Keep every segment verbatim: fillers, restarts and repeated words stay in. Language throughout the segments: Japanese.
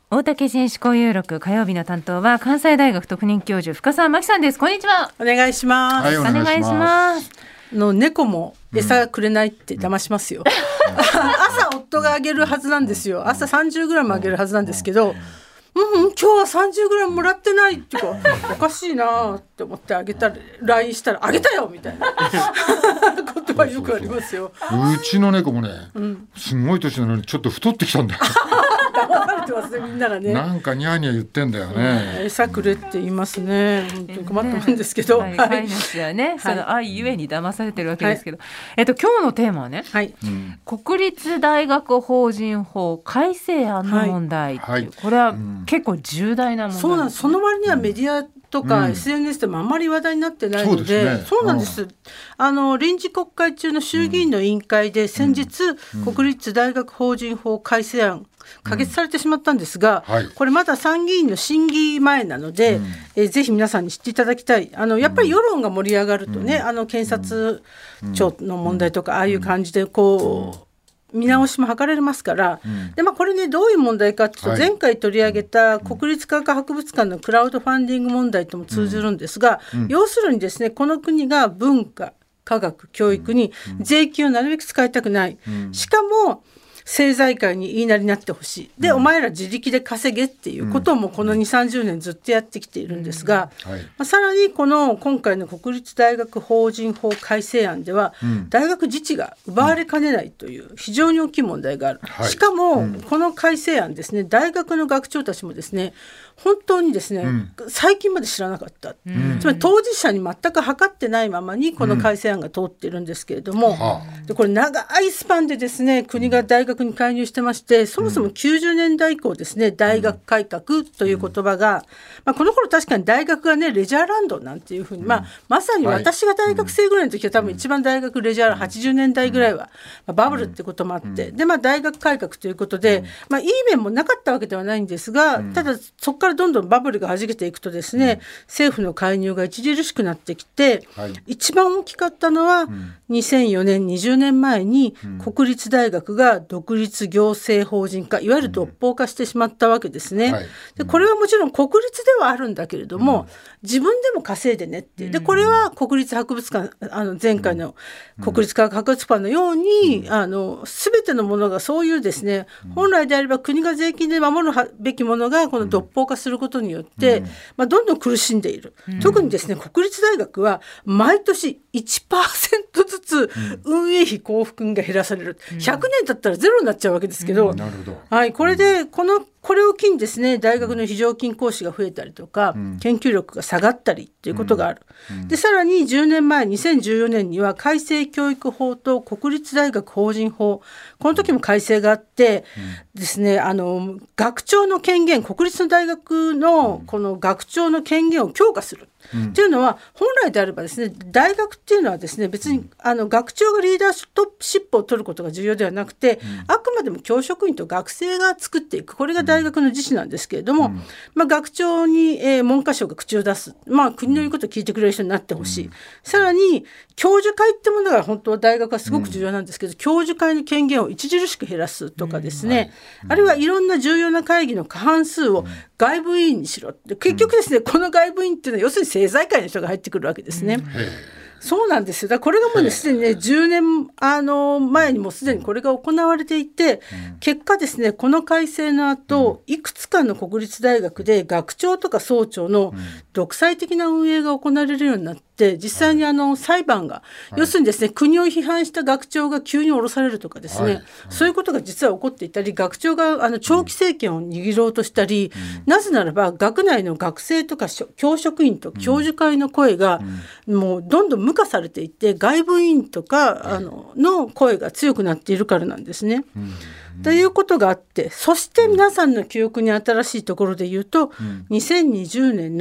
大竹選手交友録、火曜日の担当は関西大学特任教授深澤真紀さんです。こんにちは。 お願いします。 はい、お願いします。 の猫も餌くれないって騙しますよ、うん、朝夫があげるはずなんですよ。朝 さんじゅうグラム あげるはずなんですけど、うんうん、今日は さんじゅうグラム もらってないっていうかおかしいなって思ってあげたら ライン したらあげたよみたいなことはよくありますよ。 うちの猫もね、うん、すごい年なのにちょっと太ってきたんだよ騙されてますね、みんながね。 なんかニャーニャー言ってんだよね、 うん、餌くれって言いますね。本当に困ったもんですけど、 ね、飼い主はね、はい、その愛ゆえに騙されてるわけですけど、はい、えっと、今日のテーマはね、はい、国立大学法人法改正案の問題、はい、これは結構重大な問題、ね、 そうなんです。その割にはメディアとか エスエヌエス でもあまり話題になってないので、うん、そうなんです、うん、あの臨時国会中の衆議院の委員会で先日、うんうん、国立大学法人法改正案可決されてしまったんですが、うんはい、これまだ参議院の審議前なので、うんえー、ぜひ皆さんに知っていただきたい。あのやっぱり世論が盛り上がるとね、うん、あの検察庁の問題とか、うん、ああいう感じでこう、うん見直しも図られますから、うんでまあ、これねどういう問題かというと、前回取り上げた国立科学博物館のクラウドファンディング問題とも通ずるんですが、うんうん、要するにですね、この国が文化科学教育に税金をなるべく使いたくない、うん、しかも政財界に言いなりになってほしいで、うん、お前ら自力で稼げっていうこともこの にじゅうさんじゅうねんずっとやってきているんですが、うんはいまあ、さらにこの今回の国立大学法人法改正案では、うん、大学自治が奪われかねないという非常に大きい問題がある、はい、しかもこの改正案ですね、大学の学長たちもですね本当にですね、うん、最近まで知らなかった、うん、つまり当事者に全く測ってないままにこの改正案が通っているんですけれども、うん、でこれ長いスパンでですね国が大学に介入してまして、そもそもきゅうじゅうねんだい以降ですね、大学改革という言葉が、まあ、この頃確かに大学がねレジャーランドなんていうふうに、まあ、まさに私が大学生ぐらいの時は多分一番大学レジャーはちじゅうねんだいぐらいは、まあ、バブルってこともあってで、まあ、大学改革ということで、まあ、いい面もなかったわけではないんですが、ただそこからどんどんバブルがはじけていくとですね、うん、政府の介入が著しくなってきて、はい、一番大きかったのは、うん、にせんよねんにじゅうねんまえに国立大学が独立行政法人化、いわゆる独法化してしまったわけですね、うんはい、でこれはもちろん国立ではあるんだけれども、うん、自分でも稼いでねってで、これは国立博物館、あの前回の国立科学博物館のように、うん、あの全てのものがそういうですね、本来であれば国が税金で守るべきものがこの独法化することによって、うんまあ、どんどん苦しんでいる、うん、特にですね国立大学は毎年 いちパーセント ずつ運営費交付金が減らされる、うん、ひゃくねん経ったらゼロになっちゃうわけですけど、うん、なるほど、はい、これでこのこれを機にですね大学の非常勤講師が増えたりとか、うん、研究力が下がったりということがある、うんうん、でさらにじゅうねんまえにせんじゅうよねんには改正教育法と国立大学法人法、この時も改正があって、うん、ですねあの学長の権限、国立の大学のこの学長の権限を強化するうん、というのは本来であればですね、大学っていうのはですね別にあの学長がリーダーシップを取ることが重要ではなくて、うん、あくまでも教職員と学生が作っていく、これが大学の自治なんですけれども、うんまあ、学長に、えー、文科省が口を出す、まあ、国の言うことを聞いてくれる人になってほしい、うん、さらに教授会ってものが本当は大学はすごく重要なんですけど、うん、教授会の権限を著しく減らすとかですね、うんはいうん、あるいはいろんな重要な会議の過半数を外部委員にしろって、結局ですね、うん、この外部委員っていうのは要するに政財界の人が入ってくるわけですね、うん、そうなんですよ。だからこれがもうねすでにねじゅうねんあの前にもすでにこれが行われていて、うん、結果ですねこの改正の後、うん、いくつかの国立大学で学長とか総長の独裁的な運営が行われるようになって、実際にあの裁判が、はい、要するにですね国を批判した学長が急に降ろされるとかですね、はいはい、そういうことが実は起こっていたり、学長があの長期政権を握ろうとしたり、うん、なぜならば学内の学生とか教職員と教授会の声が、うん、もうどんどん無化されていて、外部委員とか、はい、あのの声が強くなっているからなんですね、うんうん、ということがあって、そして皆さんの記憶に新しいところで言うと、うん、にせんにじゅうねんの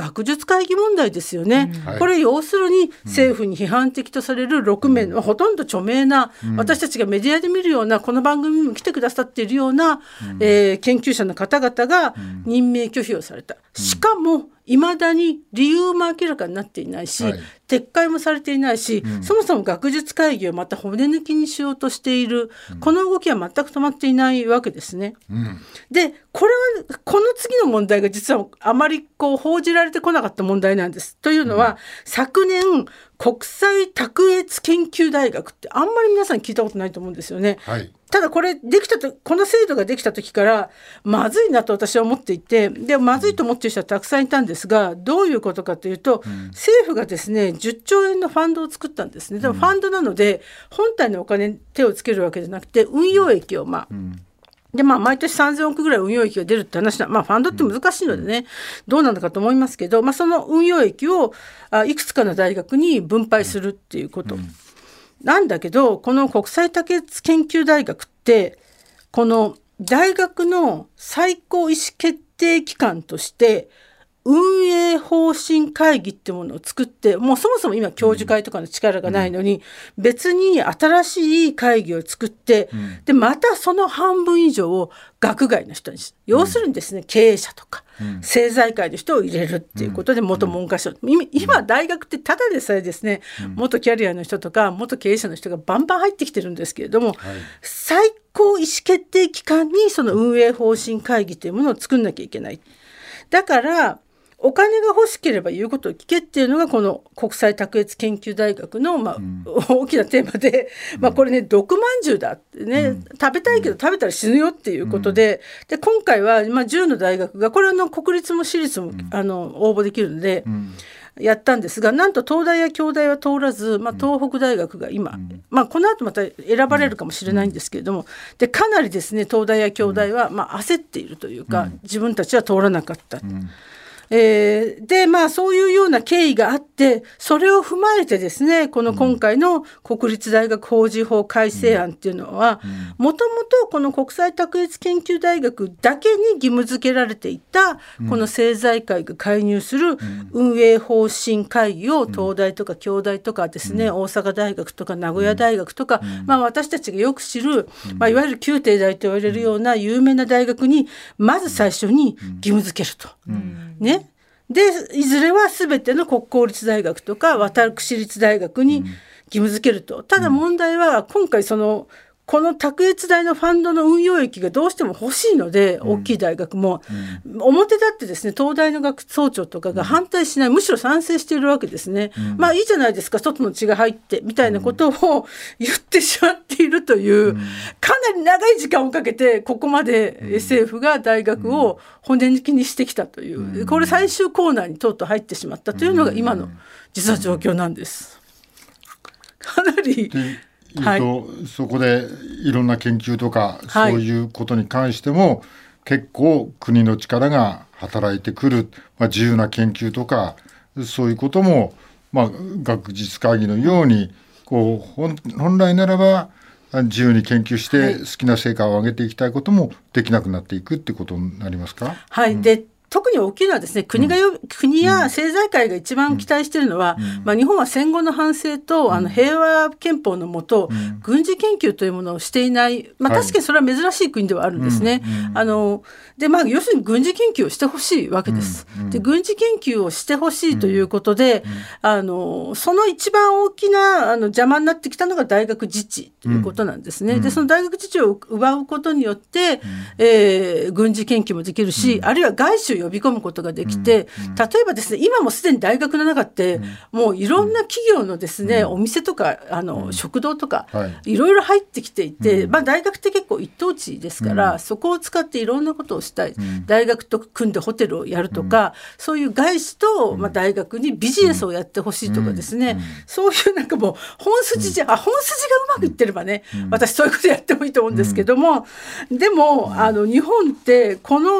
学術会議問題ですよね、 うん、 これ要するに政府に批判的とされるろくめいの、うん、ほとんど著名な、うん、私たちがメディアで見るようなこの番組にも来てくださっているような、うんえー、研究者の方々が任命拒否をされた、うん、しかもいまだに理由も明らかになっていないし、はい、撤回もされていないし、うん、そもそも学術会議をまた骨抜きにしようとしている、うん、この動きは全く止まっていないわけですね、うん、でこれはこの次の問題が実はあまりこう報じられてこなかった問題なんです。というのは、うん、昨年国際卓越研究大学ってあんまり皆さん聞いたことないと思うんですよね、はい、ただこれできたとこの制度ができた時からまずいなと私は思っていて、でまずいと思っている人はたくさんいたんですが、どういうことかというと、うん、政府がですねじゅっちょうえんのファンドを作ったんですね。でもファンドなので本体のお金に手をつけるわけじゃなくて運用益をまあ、うんでまあ、毎年さんぜんおくぐらい運用益が出るって話だ、まあ、ファンドって難しいのでね、うん、どうなのかと思いますけど、まあ、その運用益をあいくつかの大学に分配するっていうこと、うん、なんだけどこの国際卓越研究大学ってこの大学の最高意思決定機関として運営方針会議ってものを作って、もうそもそも今教授会とかの力がないのに、うん、別に新しい会議を作って、うん、でまたその半分以上を学外の人にし、要するにですね、うん、経営者とか、うん、政財界の人を入れるっていうことで元文科省、うん、今大学ってただでさえですね、うん、元キャリアの人とか元経営者の人がバンバン入ってきてるんですけれども、はい、最高意思決定機関にその運営方針会議というものを作んなきゃいけない。だからお金が欲しければ言うことを聞けっていうのがこの国際卓越研究大学の、まあうん、大きなテーマで、まあ、これね毒まんじゅうだってね、うん、食べたいけど食べたら死ぬよっていうことで、うん、で今回は、まあ、じゅうの大学がこれはの国立も私立も、うん、あの応募できるので、うんやったんですが、なんと東大や京大は通らず、まあ、東北大学が今、うんまあ、この後また選ばれるかもしれないんですけれども、でかなりですね東大や京大は、まあ、焦っているというか、自分たちは通らなかった、うんえー、でまあそういうような経緯があって、それを踏まえてですねこの今回の国立大学法人法改正案っていうのはもともとこの国際卓越研究大学だけに義務付けられていたこの政財界が介入する運営方針会議を東大とか京大とかですね、大阪大学とか名古屋大学とか、まあ、私たちがよく知る、まあ、いわゆる宮廷大と言われるような有名な大学にまず最初に義務付けると、ねでいずれは全ての国公立大学とか私立大学に義務付けると。ただ問題は今回そのこの卓越大のファンドの運用益がどうしても欲しいので、大きい大学も、うん、表立ってですね東大の学総長とかが反対しない、むしろ賛成しているわけですね、うん、まあいいじゃないですか外の血が入ってみたいなことを言ってしまっているという、うん、かなり長い時間をかけてここまで政府が大学を骨抜きにしてきたという、これ最終コーナーにとうとう入ってしまったというのが今の実は状況なんです。かなりいうとはい、そこでいろんな研究とかそういうことに関しても、はい、結構国の力が働いてくる、まあ、自由な研究とかそういうことも、まあ、学術会議のようにこう 本, 本来ならば自由に研究して好きな成果を上げていきたいこともできなくなっていくってことになりますか？ はい、うん、で特に大きいのはですね、国がよ、うん、国や政財界が一番期待しているのは、うんまあ、日本は戦後の反省と、うん、あの平和憲法のもと、うん、軍事研究というものをしていない、まあ、確かにそれは珍しい国ではあるんですね。はい、あのでまあ、要するに軍事研究をしてほしいわけです。うん、で軍事研究をしてほしいということで、うん、あのその一番大きなあの邪魔になってきたのが大学自治ということなんですね。うん、でその大学自治を奪うことによって、うんえー、軍事研究もできるし、うん、あるいは外資を呼び込むことができて、うんうん、例えばですね今もすでに大学の中って、うん、もういろんな企業のですね、うん、お店とかあの、うん、食堂とか、はい、いろいろ入ってきていて、うんまあ、大学って結構一等地ですから、うん、そこを使っていろんなことをしたい、うん、大学と組んでホテルをやるとか、うん、そういう外資と、まあ、大学にビジネスをやってほしいとかですね、うんうん、そういうなんかもう本筋じゃ、うん、あ本筋がうまくいってればね、うん、私そういうことやってもいいと思うんですけども、うん、でもあの日本ってこの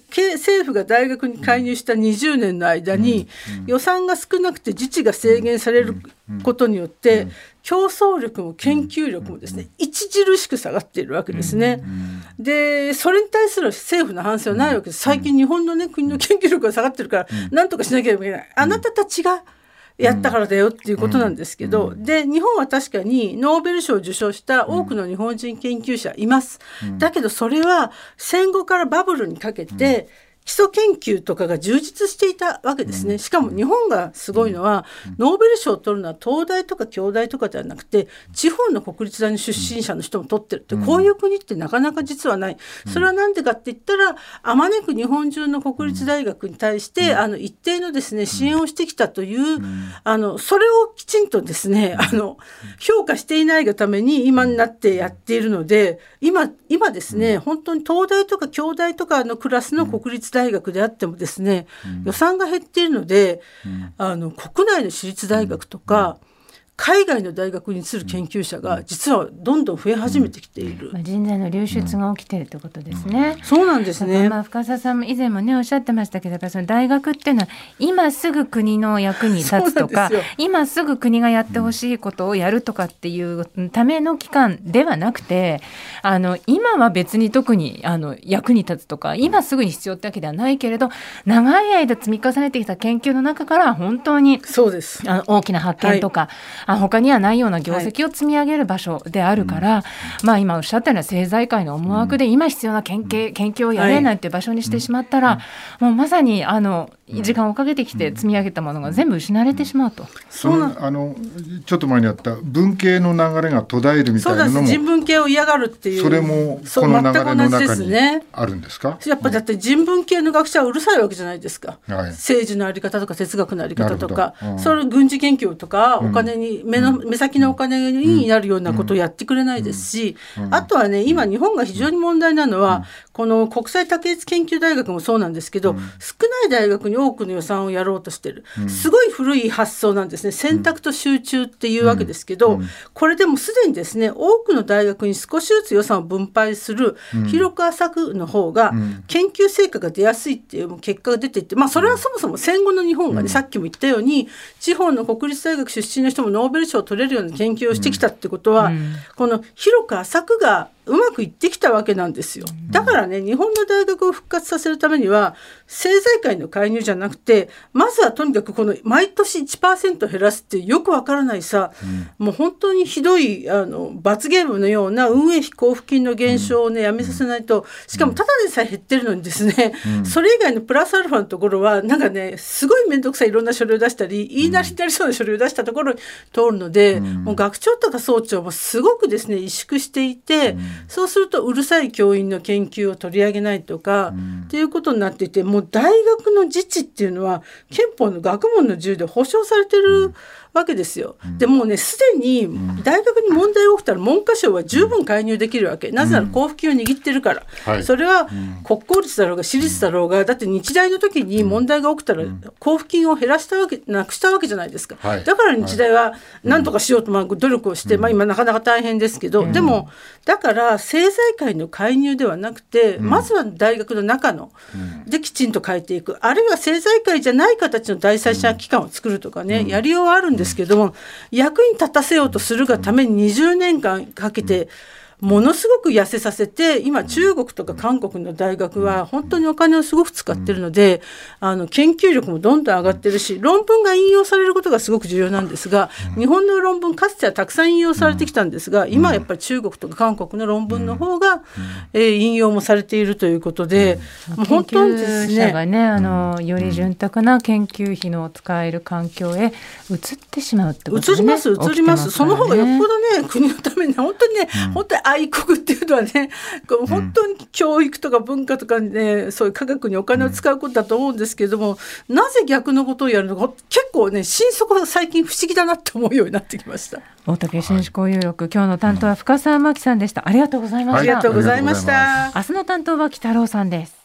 政府が大学に介入したにじゅうねんの間に予算が少なくて自治が制限されることによって競争力も研究力もですね著しく下がっているわけですね。でそれに対する政府の反省はないわけです。最近日本の、ね、国の研究力が下がってるから何とかしなければいけない。あなたたちがやったからだよっていうことなんですけど、うん、で日本は確かにノーベル賞を受賞した多くの日本人研究者います、うん、だけどそれは戦後からバブルにかけて、うん基礎研究とかが充実していたわけですね。しかも日本がすごいのは、ノーベル賞を取るのは東大とか京大とかではなくて地方の国立大の出身者の人も取ってるって、こういう国ってなかなか実はない。それはなんでかって言ったら、あまねく日本中の国立大学に対してあの一定のですね支援をしてきたというあのそれをきちんとですねあの評価していないがために今になってやっているので、今今ですね本当に東大とか京大とかのクラスの国立大学であってもですね、うん、予算が減っているので、うん、あの国内の私立大学とか、うん海外の大学にする研究者が実はどんどん増え始めてきている、 うんまあ、人材の流出が起きているということですね、 うん、そうなんですね。 まあ、深澤さんも以前もねおっしゃってましたけど、やっぱりその大学っていうのは今すぐ国の役に立つとか今すぐ国がやってほしいことをやるとかっていうための機関ではなくて、あの今は別に特にあの役に立つとか今すぐに必要ってわけではないけれど、長い間積み重ねてきた研究の中から本当にそうですあの大きな発見とか、はいあ他にはないような業績を積み上げる場所であるから、はいまあ、今おっしゃったような政財界の思惑で今必要な研究、研究をやれないという場所にしてしまったら、はい、もうまさにあの時間をかけてきて積み上げたものが全部失われてしまうと。 そのあのちょっと前にあった文系の流れが途絶えるみたいなのもそうです。人文系を嫌がるっていうそれもこの流れの中にあるんですか。 やっぱりだって人文系の学者はうるさいわけじゃないですか、はい、政治のあり方とか哲学のあり方とか、うん、それ軍事研究とかお金に、うん、目の目先のお金になるようなことをやってくれないですし、うんうん、あとはね今日本が非常に問題なのは、うん、この国際卓越研究大学もそうなんですけど、うん、少ない大学に多くの予算をやろうとしてる、うん、すごい古い発想なんですね。選択と集中っていうわけですけど、うん、これでもすでにですね多くの大学に少しずつ予算を分配する、うん、広く浅くの方が研究成果が出やすいっていう結果が出ていて、まあ、それはそもそも戦後の日本がね、うん、さっきも言ったように地方の国立大学出身の人もノーベル賞を取れるような研究をしてきたってことは、うん、この広く浅くがうまくいってきたわけなんですよ。だからね日本の大学を復活させるためには政財界の介入じゃなくて、まずはとにかくこの毎年 いちパーセント 減らすってよくわからないさ、うん、もう本当にひどいあの罰ゲームのような運営費交付金の減少をね、うん、やめさせないと、しかもただでさえ減ってるのにですね、うん、それ以外のプラスアルファのところはなんかねすごい面倒くさいいろんな書類を出したり言いなりになりそうな書類を出したところに通るので、うん、もう学長とか総長もすごくですね萎縮していて、うんそうするとうるさい教員の研究を取り上げないとか、うん、っていうことになっていて、もう大学の自治っていうのは憲法の学問の自由で保障されてる、うんわけですよ。でもうねすでに大学に問題が起きたら文科省は十分介入できるわけ、なぜなら交付金を握ってるから、うん、それは国公立だろうが私立だろうが、だって日大の時に問題が起きたら交付金を減らしたわけなくしたわけじゃないですか、はい、だから日大は何とかしようとまあ努力をして、うんまあ、今なかなか大変ですけど、うん、でもだから政財界の介入ではなくて、うん、まずは大学の中のできちんと変えていく、あるいは政財界じゃない形の第三者機関を作るとかね、うん、やりようはあるんですけども、役に立たせようとするがためににじゅうねんかんかけてものすごく痩せさせて、今中国とか韓国の大学は本当にお金をすごく使ってるので、あの研究力もどんどん上がってるし、論文が引用されることがすごく重要なんですが、日本の論文かつてはたくさん引用されてきたんですが、今はやっぱり中国とか韓国の論文の方が、えー、引用もされているということで、もう本当にですね、 研究者がね、あのより潤沢な研究費の使える環境へ移ってしまうってことですね。移ります移ります。その方がよっぽどね国のために本当にね、うん、本当に愛国っていうのはね、本当に教育とか文化とかね、そういう科学にお金を使うことだと思うんですけれども、うん、なぜ逆のことをやるのか結構ね心底が最近不思議だなって思うようになってきました。 大竹紳士交友録、はい、今日の担当は深澤真希さんでした。ありがとうございました。 ありがとうございました。 明日の担当は北郎さんです。